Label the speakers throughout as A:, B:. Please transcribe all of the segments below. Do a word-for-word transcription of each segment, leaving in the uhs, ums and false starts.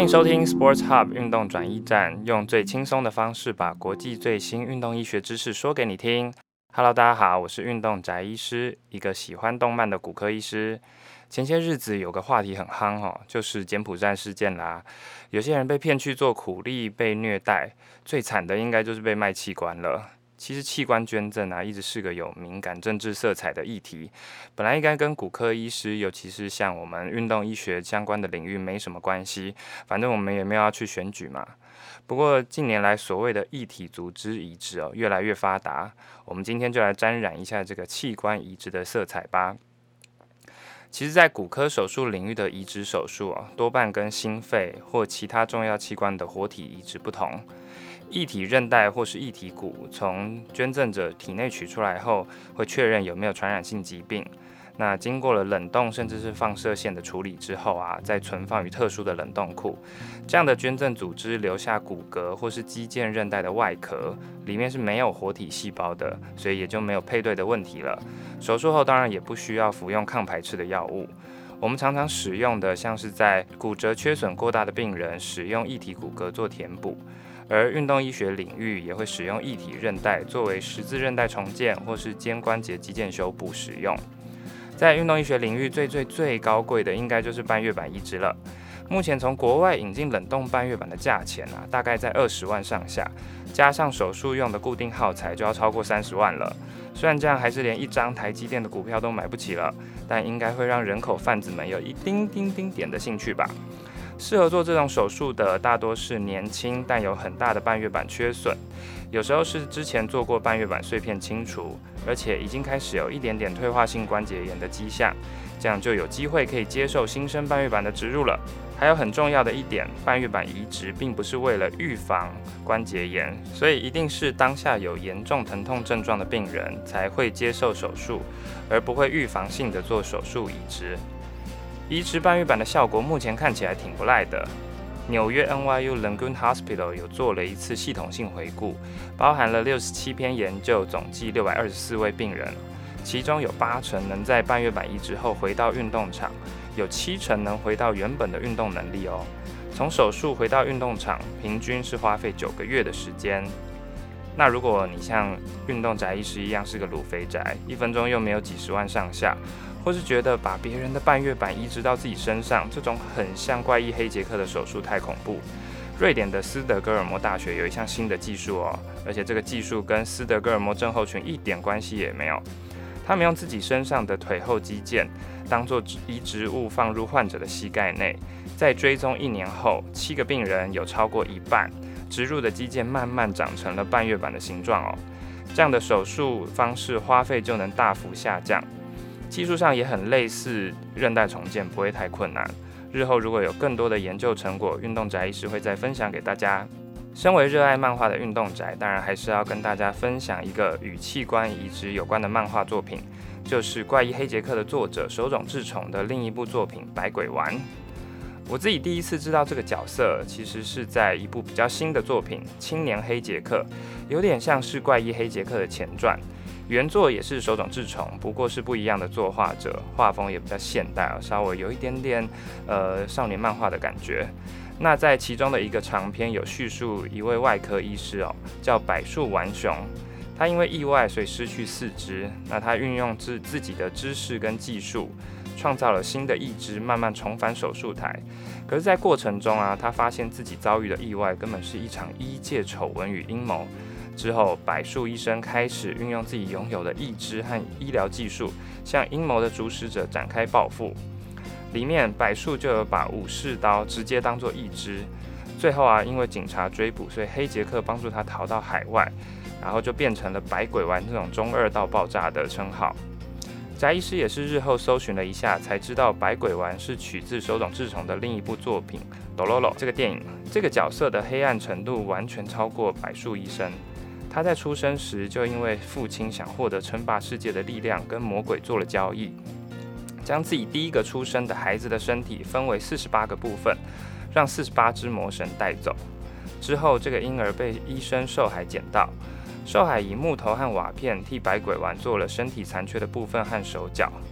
A: 迎收听 Sports Hub 运动转驿站，用最轻松的方式把国际最新运动医学知识说给你听。Hello， 大家好，我是运动宅医师，一个喜欢动漫的骨科医师。前些日子有个话题很夯哦，就是柬埔寨事件啦。有些人被骗去做苦力，被虐待，最惨的应该就是被卖器官了。其实器官捐赠啊，一直是个有敏感政治色彩的议题，本来应该跟骨科医师，尤其是像我们运动医学相关的领域没什么关系，反正我们也没有要去选举嘛。不过近年来所谓的异体组织移植哦，越来越发达，我们今天就来沾染一下这个器官移植的色彩吧。其实，在骨科手术领域的移植手术哦，多半跟心肺或其他重要器官的活体移植不同。异体韧带或是异体骨从捐赠者体内取出来后，会确认有没有传染性疾病。那经过了冷冻甚至是放射线的处理之后啊，再存放于特殊的冷冻库。这样的捐赠组织留下骨骼或是肌腱韧带的外壳，里面是没有活体细胞的，所以也就没有配对的问题了。手术后当然也不需要服用抗排斥的药物。我们常常使用的，像是在骨折缺损过大的病人使用异体骨骼做填补。而运动医学领域也会使用异体韧带作为十字韧带重建或是肩关节肌腱修补使用。在运动医学领域最最最高贵的应该就是半月板移植了。目前从国外引进冷冻半月板的价钱啊，大概在二十万上下，加上手术用的固定耗材就要超过三十万了。虽然这样还是连一张台积电的股票都买不起了，但应该会让人口贩子们有一丁丁丁点的兴趣吧。适合做这种手术的大多是年轻但有很大的半月板缺损，有时候是之前做过半月板碎片清除，而且已经开始有一点点退化性关节炎的迹象，这样就有机会可以接受新生半月板的植入了。还有很重要的一点，半月板移植并不是为了预防关节炎，所以一定是当下有严重疼痛症状的病人才会接受手术，而不会预防性的做手术移植。移植半月板的效果目前看起来挺不赖的。纽约 N Y U Langone Hospital 有做了一次系统性回顾，包含了六十七篇研究，总计六百二十四位病人，其中有八成能在半月板移植后回到运动场，有七成能回到原本的运动能力哦。从手术回到运动场，平均是花费九个月的时间。那如果你像运动宅医师一样是个卤肥宅，一分钟又没有几十万上下，或是觉得把别人的半月板移植到自己身上，这种很像怪异黑杰克的手术太恐怖。瑞典的斯德哥尔摩大学有一项新的技术哦，而且这个技术跟斯德哥尔摩症候群一点关系也没有。他们用自己身上的腿后肌腱当作移植物放入患者的膝盖内，在追踪一年后，七个病人有超过一半植入的肌腱慢慢长成了半月板的形状哦。这样的手术方式花费就能大幅下降。技术上也很类似韧带重建，不会太困难。日后如果有更多的研究成果，运动宅医师会再分享给大家。身为热爱漫画的运动宅，当然还是要跟大家分享一个与器官移植有关的漫画作品，就是怪异黑杰克的作者手冢治虫的另一部作品《百鬼丸》。我自己第一次知道这个角色，其实是在一部比较新的作品《青年黑杰克》，有点像是怪异黑杰克的前传。原作也是手冢治虫，不过是不一样的作画者，画风也比较现代，稍微有一点点呃少年漫画的感觉。那在其中的一个长篇有叙述一位外科医师哦，叫柏树丸雄，他因为意外所以失去四肢，那他运用自自己的知识跟技术，创造了新的义肢，慢慢重返手术台。可是，在过程中啊，他发现自己遭遇的意外根本是一场医界丑闻与阴谋。之后，柏树医生开始运用自己拥有的义肢和医疗技术，向阴谋的主使者展开报复。里面柏树就有把武士刀直接当作义肢。最后啊，因为警察追捕，所以黑杰克帮助他逃到海外，然后就变成了百鬼丸这种中二到爆炸的称号。翟医师也是日后搜寻了一下，才知道百鬼丸是取自手冢治虫的另一部作品《哆啰啰》这个电影。这个角色的黑暗程度完全超过柏树医生。他在出生时就因为父亲想获得称霸世界的力量，跟魔鬼做了交易，将自己第一个出生的孩子的身体分为四十八个部分，让四十八只魔神带走。之后，这个婴儿被医生寿海捡到，寿海以木头和瓦片替百鬼丸做了身体残缺的部分和手脚。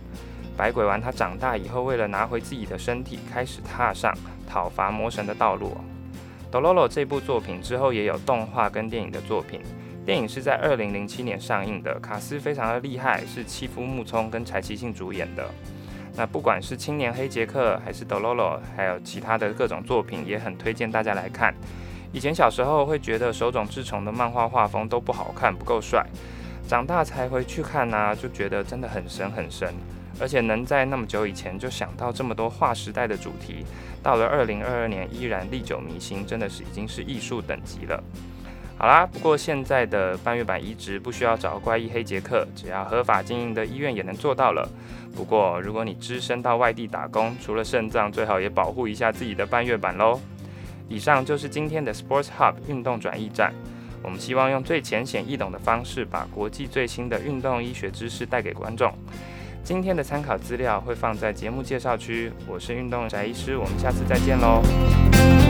A: 百鬼丸他长大以后，为了拿回自己的身体，开始踏上讨伐魔神的道路。Dororo 这部作品之后也有动画跟电影的作品，电影是在二零零七年上映的，卡斯非常的厉害，是妻夫木聪跟柴崎幸主演的。那不管是青年黑杰克还是 Dororo， 还有其他的各种作品，也很推荐大家来看。以前小时候会觉得手冢治虫的漫画画风都不好看，不够帅，长大才回去看啊，就觉得真的很深很深。而且能在那么久以前就想到这么多划时代的主题，到了二零二二年依然历久弥新，真的是已经是艺术等级了。好啦，不过现在的半月板移植不需要找怪异黑杰克，只要合法经营的医院也能做到了。不过如果你只身到外地打工，除了肾脏，最好也保护一下自己的半月板咯。以上就是今天的 Sports Hub 运动转驿站，我们希望用最浅显易懂的方式，把国际最新的运动医学知识带给观众。今天的参考资料会放在节目介绍区。我是运动宅医师，我们下次再见喽。